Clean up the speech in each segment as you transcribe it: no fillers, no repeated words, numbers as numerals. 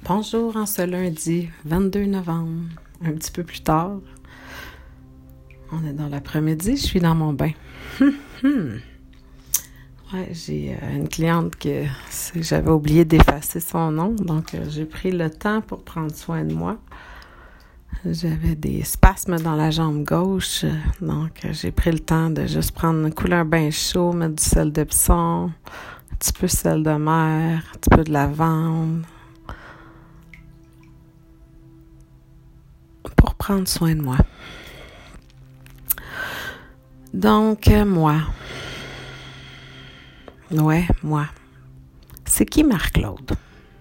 Bonjour en ce lundi 22 novembre, un petit peu plus tard. On est dans l'après-midi, je suis dans mon bain. Ouais, j'ai une cliente que j'avais oublié d'effacer son nom, donc j'ai pris le temps pour prendre soin de moi. J'avais des spasmes dans la jambe gauche, donc j'ai pris le temps de juste couler un bain chaud, mettre du sel d'Epsom, un petit peu de sel de mer, un petit peu de lavande, pour prendre soin de moi. Donc, moi. C'est qui Marc-Claude?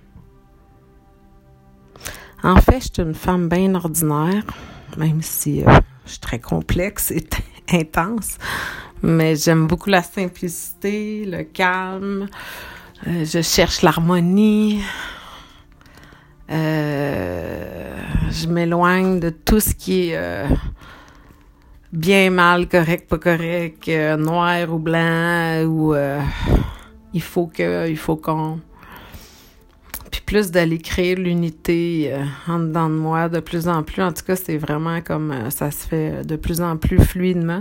En fait, je suis une femme bien ordinaire, même si je suis très complexe et intense, mais j'aime beaucoup la simplicité, le calme, je cherche l'harmonie, je m'éloigne de tout ce qui est bien, mal, correct, pas correct, noir ou blanc, ou il faut qu'on... Puis plus d'aller créer l'unité en dedans de moi de plus en plus. En tout cas, c'est vraiment comme ça se fait de plus en plus fluidement.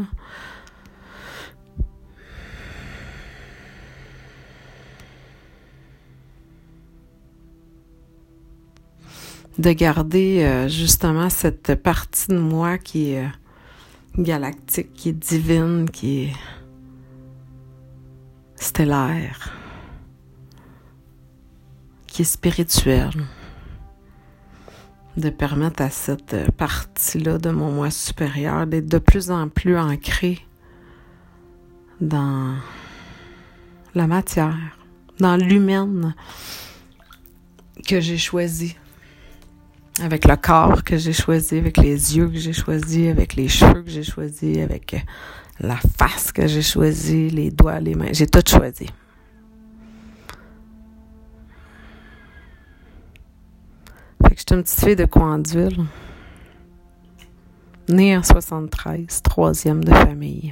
De garder justement cette partie de moi qui est galactique, qui est divine, qui est stellaire, qui est spirituelle. De permettre à cette partie-là de mon moi supérieur d'être de plus en plus ancrée dans la matière, dans l'humaine que j'ai choisi. Avec le corps que j'ai choisi, avec les yeux que j'ai choisi, avec les cheveux que j'ai choisi, avec la face que j'ai choisi, les doigts, les mains. J'ai tout choisi. Fait que j'étais une petite fille de coin d'huile. Née en 73, troisième de famille.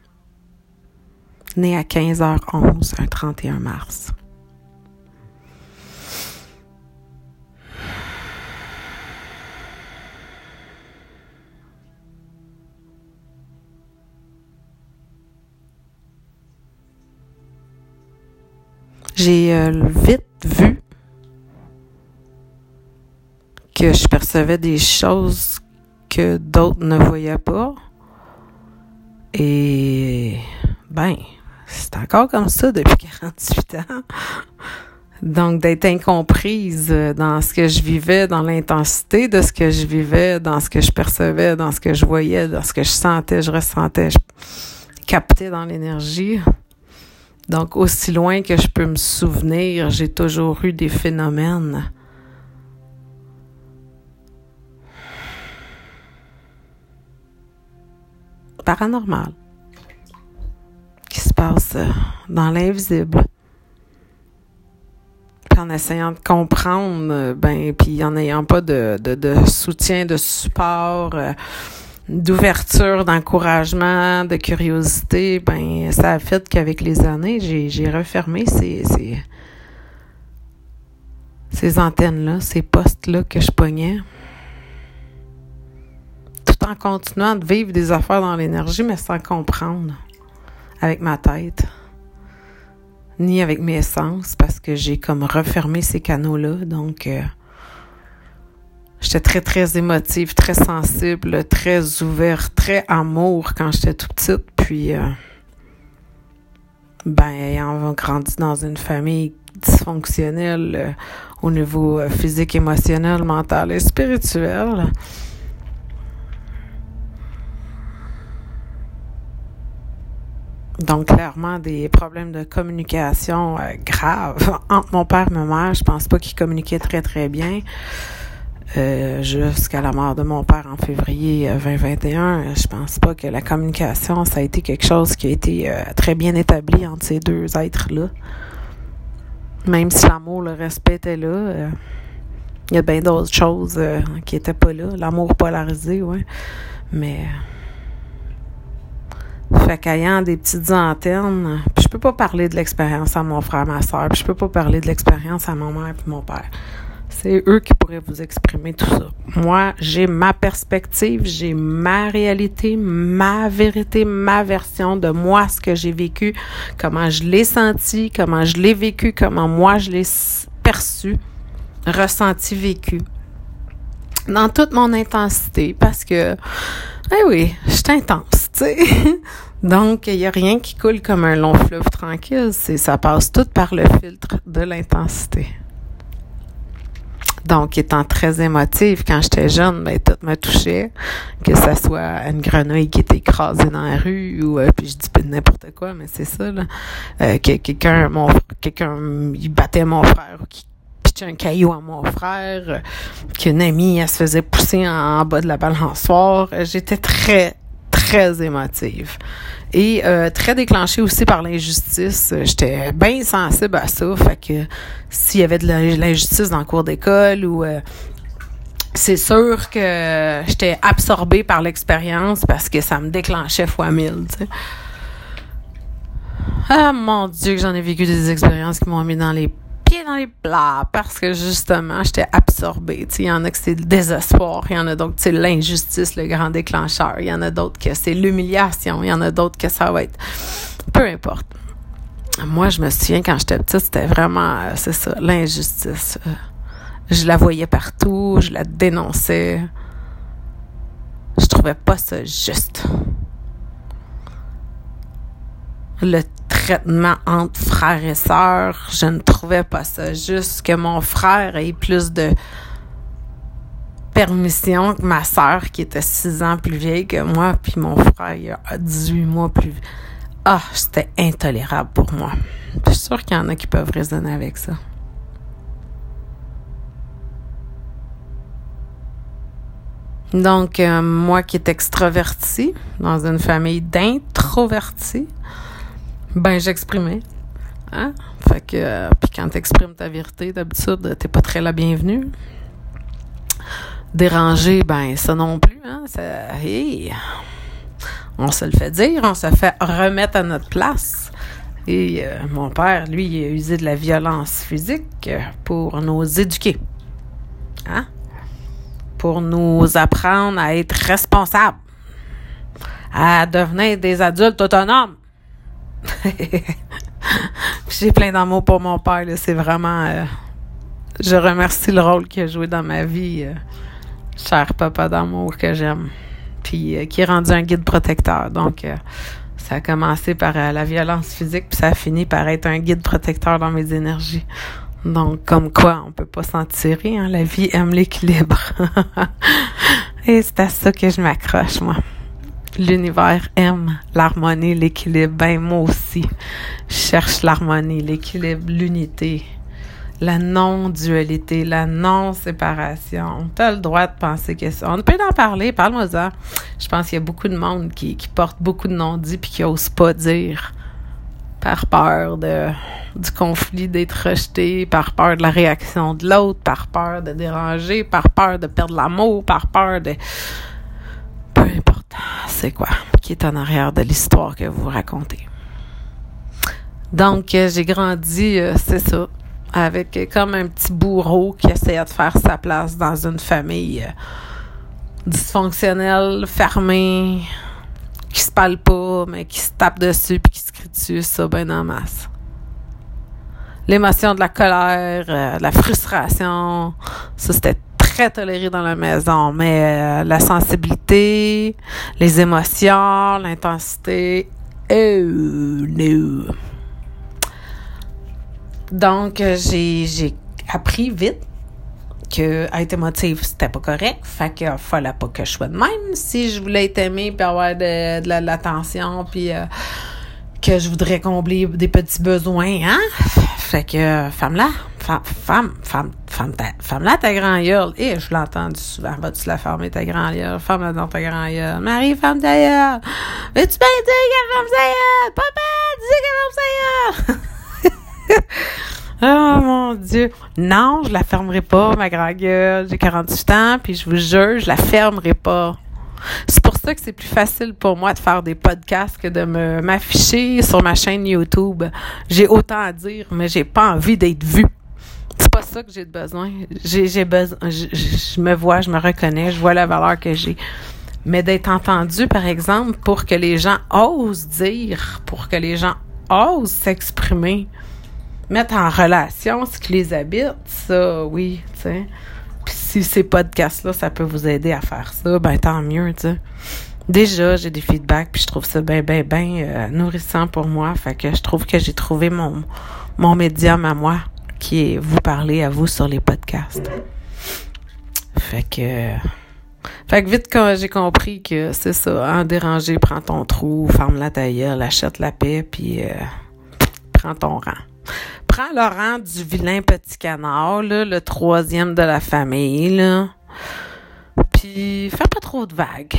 Née à 15h11, un 31 mars. J'ai vite vu que je percevais des choses que d'autres ne voyaient pas. Et, c'est encore comme ça depuis 48 ans. Donc, d'être incomprise dans ce que je vivais, dans l'intensité de ce que je vivais, dans ce que je percevais, dans ce que je voyais, dans ce que je sentais, je ressentais, je captais dans l'énergie. Donc, aussi loin que je peux me souvenir, j'ai toujours eu des phénomènes paranormaux qui se passent dans l'invisible. Puis en essayant de comprendre, puis en n'ayant pas de soutien, de support, d'ouverture, d'encouragement, de curiosité, ça a fait qu'avec les années, j'ai refermé ces antennes-là, ces postes-là que je pognais, tout en continuant de vivre des affaires dans l'énergie, mais sans comprendre avec ma tête, ni avec mes sens, parce que j'ai comme refermé ces canaux-là, donc... J'étais très, très émotive, très sensible, très ouverte, très amour quand j'étais toute petite. Puis, ayant grandi dans une famille dysfonctionnelle au niveau physique, émotionnel, mental et spirituel, donc clairement des problèmes de communication graves entre mon père et ma mère. Je pense pas qu'ils communiquaient très, très bien. Jusqu'à la mort de mon père en février 2021, je pense pas que la communication, ça a été quelque chose qui a été très bien établi entre ces deux êtres-là. Même si l'amour, le respect était là, il y a bien d'autres choses qui étaient pas là. L'amour polarisé, ouais. Mais... Fait qu'ayant des petites antennes, puis je peux pas parler de l'expérience à mon frère, ma soeur, puis je peux pas parler de l'expérience à ma mère puis mon père. C'est eux qui pourraient vous exprimer tout ça. Moi, j'ai ma perspective, j'ai ma réalité, ma vérité, ma version de moi, ce que j'ai vécu, comment je l'ai senti, comment je l'ai vécu, comment moi je l'ai perçu, ressenti, vécu. Dans toute mon intensité, parce que, oui, je suis intense, tu sais. Donc, il n'y a rien qui coule comme un long fleuve tranquille. Ça passe tout par le filtre de l'intensité. Donc, étant très émotive, quand j'étais jeune, tout me touchait, que ça soit une grenouille qui était écrasée dans la rue, ou puis je dis pas n'importe quoi, mais c'est ça, là, que quelqu'un, il battait mon frère, ou qui pitchait un caillou à mon frère, qu'une amie, elle se faisait pousser en bas de la balançoire. J'étais très, très émotive. Et très déclenchée aussi par l'injustice. J'étais bien sensible à ça. Fait que s'il y avait de l'injustice dans le cours d'école ou c'est sûr que j'étais absorbée par l'expérience parce que ça me déclenchait fois 1000, tu sais. Ah mon Dieu, que j'en ai vécu des expériences qui m'ont mis dans les pieds dans les plats parce que justement, j'étais absorbée. Tu sais, il y en a que c'est le désespoir, il y en a d'autres que c'est l'injustice, le grand déclencheur, il y en a d'autres que c'est l'humiliation, il y en a d'autres que ça va être... Peu importe. Moi, je me souviens, quand j'étais petite, c'était vraiment, c'est ça, l'injustice. Je la voyais partout, je la dénonçais. Je trouvais pas ça juste. Le traitement entre frères et sœurs, je ne trouvais pas ça juste, que mon frère ait plus de permission que ma sœur qui était 6 ans plus vieille que moi, puis mon frère il a 18 mois plus vieux. Ah, c'était intolérable pour moi. Je suis sûre qu'il y en a qui peuvent raisonner avec ça. Donc, moi qui est extravertie, dans une famille d'introvertis, j'exprimais. Hein? Fait que, puis quand t'exprimes ta vérité, d'habitude, t'es pas très la bienvenue. Déranger, ça non plus, hein? On se le fait dire, on se fait remettre à notre place. Et mon père, lui, il a usé de la violence physique pour nous éduquer. Hein? Pour nous apprendre à être responsables, à devenir des adultes autonomes. J'ai plein d'amour pour mon père, là. C'est vraiment... je remercie le rôle qu'il a joué dans ma vie, cher papa d'amour que j'aime. Puis qui est rendu un guide protecteur. Donc, ça a commencé par la violence physique, puis ça a fini par être un guide protecteur dans mes énergies. Donc, comme quoi, on peut pas s'en tirer, hein? La vie aime l'équilibre. Et c'est à ça que je m'accroche, moi. L'univers aime l'harmonie, l'équilibre. Moi aussi, je cherche l'harmonie, l'équilibre, l'unité, la non-dualité, la non-séparation. Tu as le droit de penser que ça. On peut en parler, parle-moi-en. Je pense qu'il y a beaucoup de monde qui porte beaucoup de non-dits puis qui n'ose pas dire par peur du conflit, d'être rejeté, par peur de la réaction de l'autre, par peur de déranger, par peur de perdre l'amour, par peur de... Peu importe, c'est quoi qui est en arrière de l'histoire que vous racontez. Donc, j'ai grandi, c'est ça, avec comme un petit bourreau qui essayait de faire sa place dans une famille dysfonctionnelle, fermée, qui se parle pas, mais qui se tape dessus puis qui se crie dessus, ça, en masse. L'émotion de la colère, de la frustration, ça, c'était très toléré dans la maison, mais la sensibilité, les émotions, l'intensité, no. Donc, j'ai appris vite que être émotive, c'était pas correct. Fait que fallait pas que je sois de même. Si je voulais être aimée puis avoir de l'attention puis que je voudrais combler des petits besoins, hein? Fait que femme-là ta grand gueule. Et je l'ai entendu souvent. Vas-tu la fermer ta grand gueule? Ferme-la dans ta grand gueule. Marie, ferme ta gueule. Veux-tu bien dire qu'elle ferme sa gueule? Papa, dis qu'elle ferme sa gueule. Oh mon Dieu. Non, je la fermerai pas, ma grand gueule. J'ai 48 ans, puis je vous jure, je la fermerai pas. C'est pour ça que c'est plus facile pour moi de faire des podcasts que de m'afficher sur ma chaîne YouTube. J'ai autant à dire, mais j'ai pas envie d'être vue. Tu c'est pas ça que j'ai de besoin. J'ai besoin, je me vois, je me reconnais, je vois la valeur que j'ai. Mais d'être entendu, par exemple, pour que les gens osent dire, pour que les gens osent s'exprimer, mettre en relation ce qui les habite, ça, oui, tu sais. Puis si ces podcasts-là, ça peut vous aider à faire ça, ben tant mieux, tu sais. Déjà, j'ai des feedbacks, puis je trouve ça bien nourrissant pour moi. Fait que je trouve que j'ai trouvé mon médium à moi, qui est vous parler à vous sur les podcasts. Fait que vite, quand j'ai compris que c'est ça, en déranger, prends ton trou, ferme-la ta gueule, achète la paix, puis prends ton rang. Prends le rang du vilain petit canard, là, le 3e de la famille, là. Puis fais pas trop de vagues.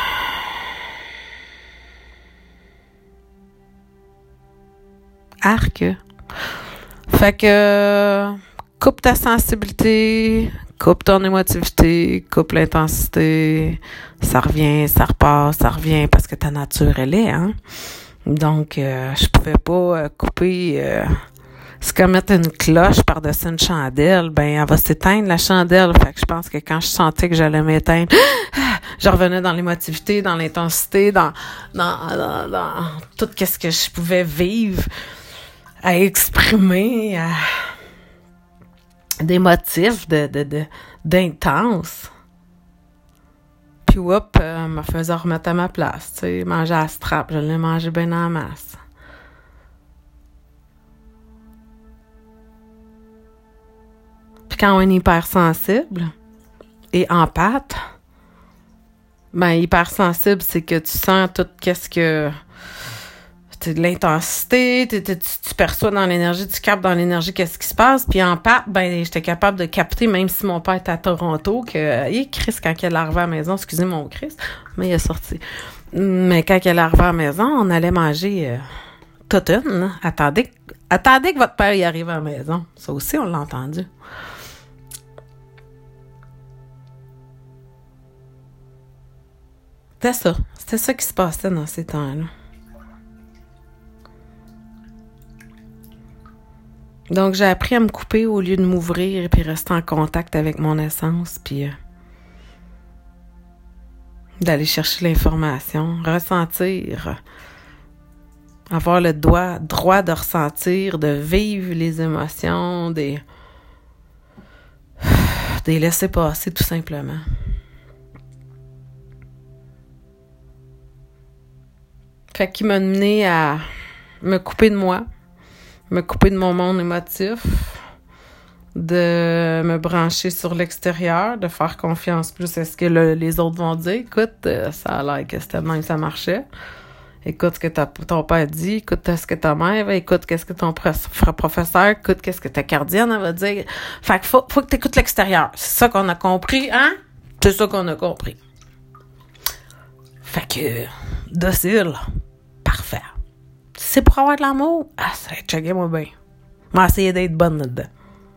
Arc. Fait que coupe ta sensibilité, coupe ton émotivité, coupe l'intensité. Ça revient, ça repart, ça revient parce que ta nature, elle est, hein. Donc, je pouvais pas couper... c'est comme mettre une cloche par-dessus une chandelle, ben elle va s'éteindre, la chandelle. Fait que je pense que quand je sentais que j'allais m'éteindre, je revenais dans l'émotivité, dans l'intensité, dans tout ce que je pouvais vivre, à exprimer, des motifs d'intense. Puis me faisait remettre à ma place, tu sais, manger à la strap, je l'ai mangé bien en masse. Puis quand on est hypersensible et empathe, ben hypersensible, c'est que tu sens tout qu'est-ce que... C'est de l'intensité, tu perçois dans l'énergie, tu captes dans l'énergie qu'est-ce qui se passe. Puis empathe, ben j'étais capable de capter, même si mon père était à Toronto, que Chris, quand il est arrivé à la maison, excusez mon Chris, mais il est sorti. Mais quand il est arrivé à la maison, on allait manger toute une, là. Attendez que votre père y arrive à la maison. Ça aussi, on l'a entendu. C'était ça qui se passait dans ces temps-là. Donc, j'ai appris à me couper au lieu de m'ouvrir et puis rester en contact avec mon essence, puis d'aller chercher l'information, ressentir, avoir le droit de ressentir, de vivre les émotions, des laisser passer tout simplement. Fait qu'il m'a mené à me couper de moi, me couper de mon monde émotif, de me brancher sur l'extérieur, de faire confiance plus à ce que les autres vont dire. Écoute, ça a l'air que c'était même ça marchait. Écoute ce que ton père dit, écoute ce que ta mère, écoute qu'est-ce que ton professeur, écoute qu'est-ce que ta gardienne va dire. Fait que faut que tu écoutes l'extérieur. C'est ça qu'on a compris, hein? C'est ça qu'on a compris. Fait que, docile, parfait. C'est pour avoir de l'amour. Ah, ça va checker moi bien. Moi, essayer d'être bonne là-dedans.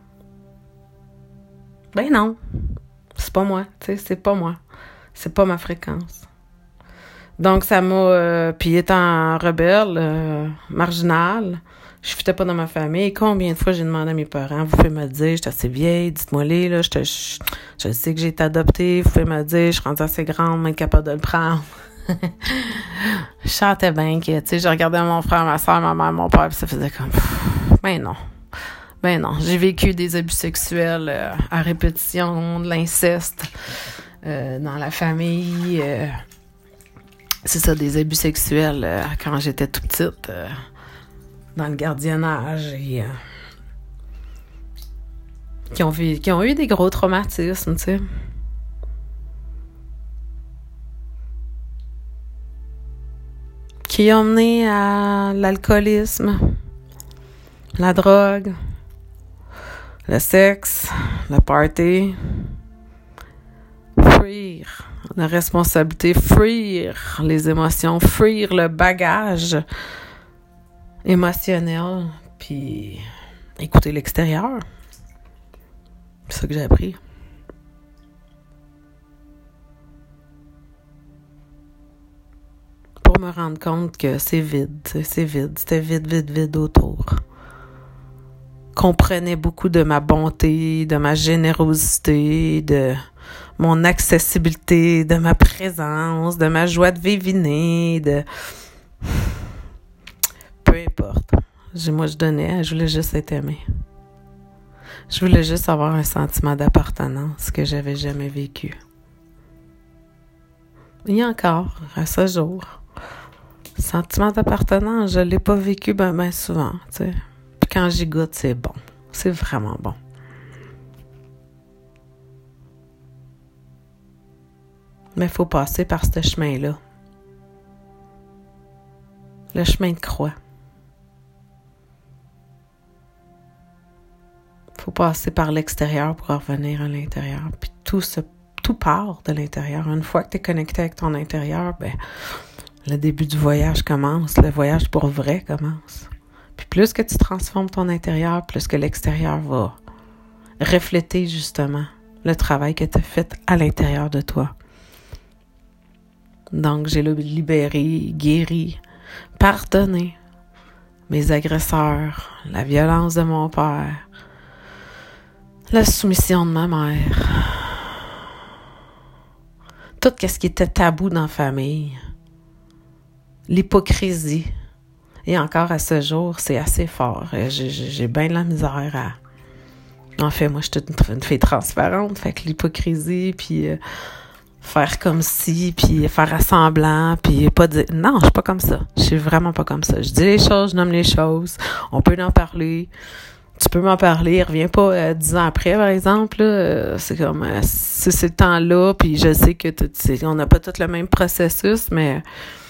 Ben non. C'est pas moi. Tu sais, c'est pas moi. C'est pas ma fréquence. Donc, ça m'a... puis étant rebelle, marginale, je fitais pas dans ma famille. Combien de fois j'ai demandé à mes parents, vous pouvez me le dire, je suis assez vieille, dites-moi-les, là, je sais que j'ai été adoptée, vous pouvez me le dire, je suis rendue assez grande, mais capable de le prendre. Je chantais bien que, tu sais, je regardais mon frère, ma soeur, ma mère, mon père, puis ça faisait comme, ben non. J'ai vécu des abus sexuels à répétition, de l'inceste dans la famille. C'est ça, des abus sexuels quand j'étais tout petite, dans le gardiennage, et qui ont eu des gros traumatismes, tu sais. Qui ont mené à l'alcoolisme, la drogue, le sexe, le party. Fuir la responsabilité, fuir les émotions, fuir le bagage émotionnel, puis écouter l'extérieur. C'est ça que j'ai appris. Pour me rendre compte que c'est vide. C'était vide autour. comprenait beaucoup de ma bonté, de ma générosité, de mon accessibilité, de ma présence, de ma joie de vivre innée, de... Peu importe. Moi, je donnais, je voulais juste être aimée. Je voulais juste avoir un sentiment d'appartenance que j'avais jamais vécu. Il y a encore, à ce jour, sentiment d'appartenance, je l'ai pas vécu ben souvent, tu sais. Puis quand j'y goûte, c'est bon. C'est vraiment bon. Mais il faut passer par ce chemin-là. Le chemin de croix. Il faut passer par l'extérieur pour revenir à l'intérieur. Puis tout part de l'intérieur. Une fois que tu es connecté avec ton intérieur, ben le début du voyage commence. Le voyage pour vrai commence. Puis plus que tu transformes ton intérieur, plus que l'extérieur va refléter justement le travail que tu as fait à l'intérieur de toi. Donc, j'ai libéré, guéri, pardonné mes agresseurs, la violence de mon père, la soumission de ma mère, tout ce qui était tabou dans la famille, l'hypocrisie. Et encore à ce jour, c'est assez fort. J'ai bien de la misère à... En fait, moi, je suis toute une fille transparente, fait que l'hypocrisie, puis faire comme si, puis faire semblant, puis pas dire... Non, je suis pas comme ça. Je suis vraiment pas comme ça. Je dis les choses, je nomme les choses. On peut en parler. Tu peux m'en parler. Reviens pas 10 ans après, par exemple. Là, c'est comme... c'est le temps-là, puis je sais que on n'a pas tout le même processus, mais...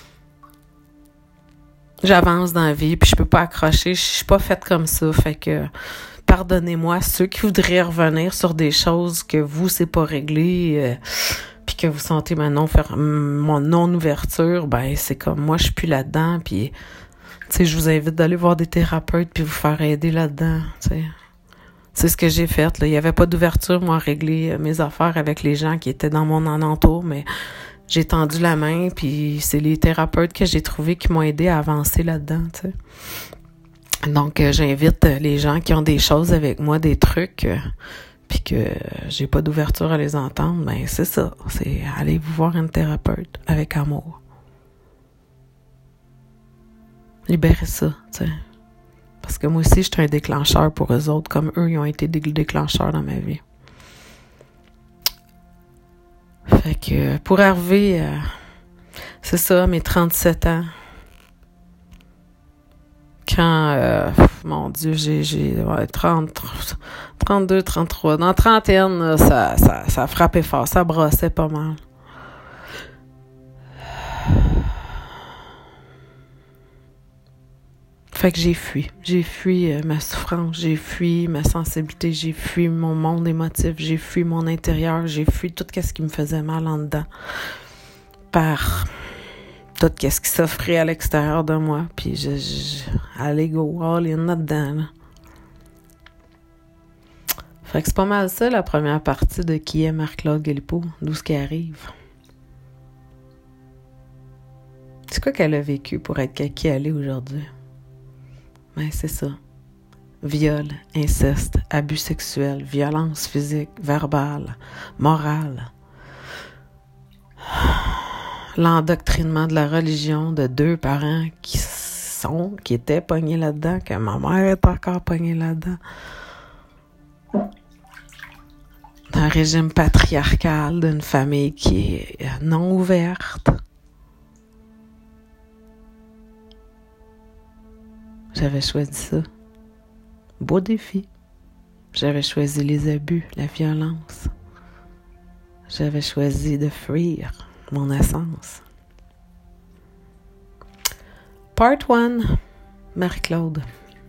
J'avance dans la vie, puis je peux pas accrocher. Je suis pas faite comme ça, fait que... Pardonnez-moi, ceux qui voudraient revenir sur des choses que vous, c'est pas réglé... puis que vous sentez mon non-ouverture, ben c'est comme moi, je suis plus là-dedans, puis tu sais, je vous invite d'aller voir des thérapeutes puis vous faire aider là-dedans, tu sais. C'est ce que j'ai fait, là. Il y avait pas d'ouverture, moi, à régler mes affaires avec les gens qui étaient dans mon alentour, mais j'ai tendu la main, puis c'est les thérapeutes que j'ai trouvés qui m'ont aidé à avancer là-dedans, tu sais. Donc, j'invite les gens qui ont des choses avec moi, des trucs... puis que j'ai pas d'ouverture à les entendre, ben c'est ça. C'est aller vous voir une thérapeute avec amour. Libérez ça, tu sais. Parce que moi aussi, je suis un déclencheur pour eux autres, comme eux, ils ont été des déclencheurs dans ma vie. Fait que pour arriver, c'est ça, mes 37 ans, quand, mon Dieu, j'ai 32, 33. Dans la trentaine, là, ça frappait fort, ça brassait pas mal. Fait que j'ai fui ma souffrance, j'ai fui ma sensibilité, j'ai fui mon monde émotif, j'ai fui mon intérieur, j'ai fui tout ce qui me faisait mal en dedans par tout ce qui s'offrait à l'extérieur de moi, puis allez go, all in là-dedans, là. Fait que c'est pas mal ça, la première partie de qui est Marc-Claude Galipeau, d'où ce qui arrive. C'est quoi qu'elle a vécu pour être qui elle est aujourd'hui? Ben, c'est ça. Viol, inceste, abus sexuel, violence physique, verbale, morale. L'endoctrinement de la religion de 2 parents qui étaient pognés là-dedans, que ma mère est encore pognée là-dedans. D'un régime patriarcal, d'une famille qui est non ouverte. J'avais choisi ça. Beau défi. J'avais choisi les abus, la violence. J'avais choisi de fuir mon essence. Part 1, Marie-Claude.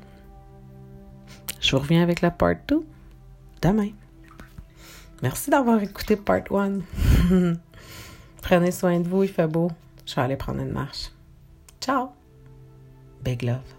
Je vous reviens avec la part 2 demain. Merci d'avoir écouté part 1. Prenez soin de vous, il fait beau. Je vais aller prendre une marche. Ciao. Big love.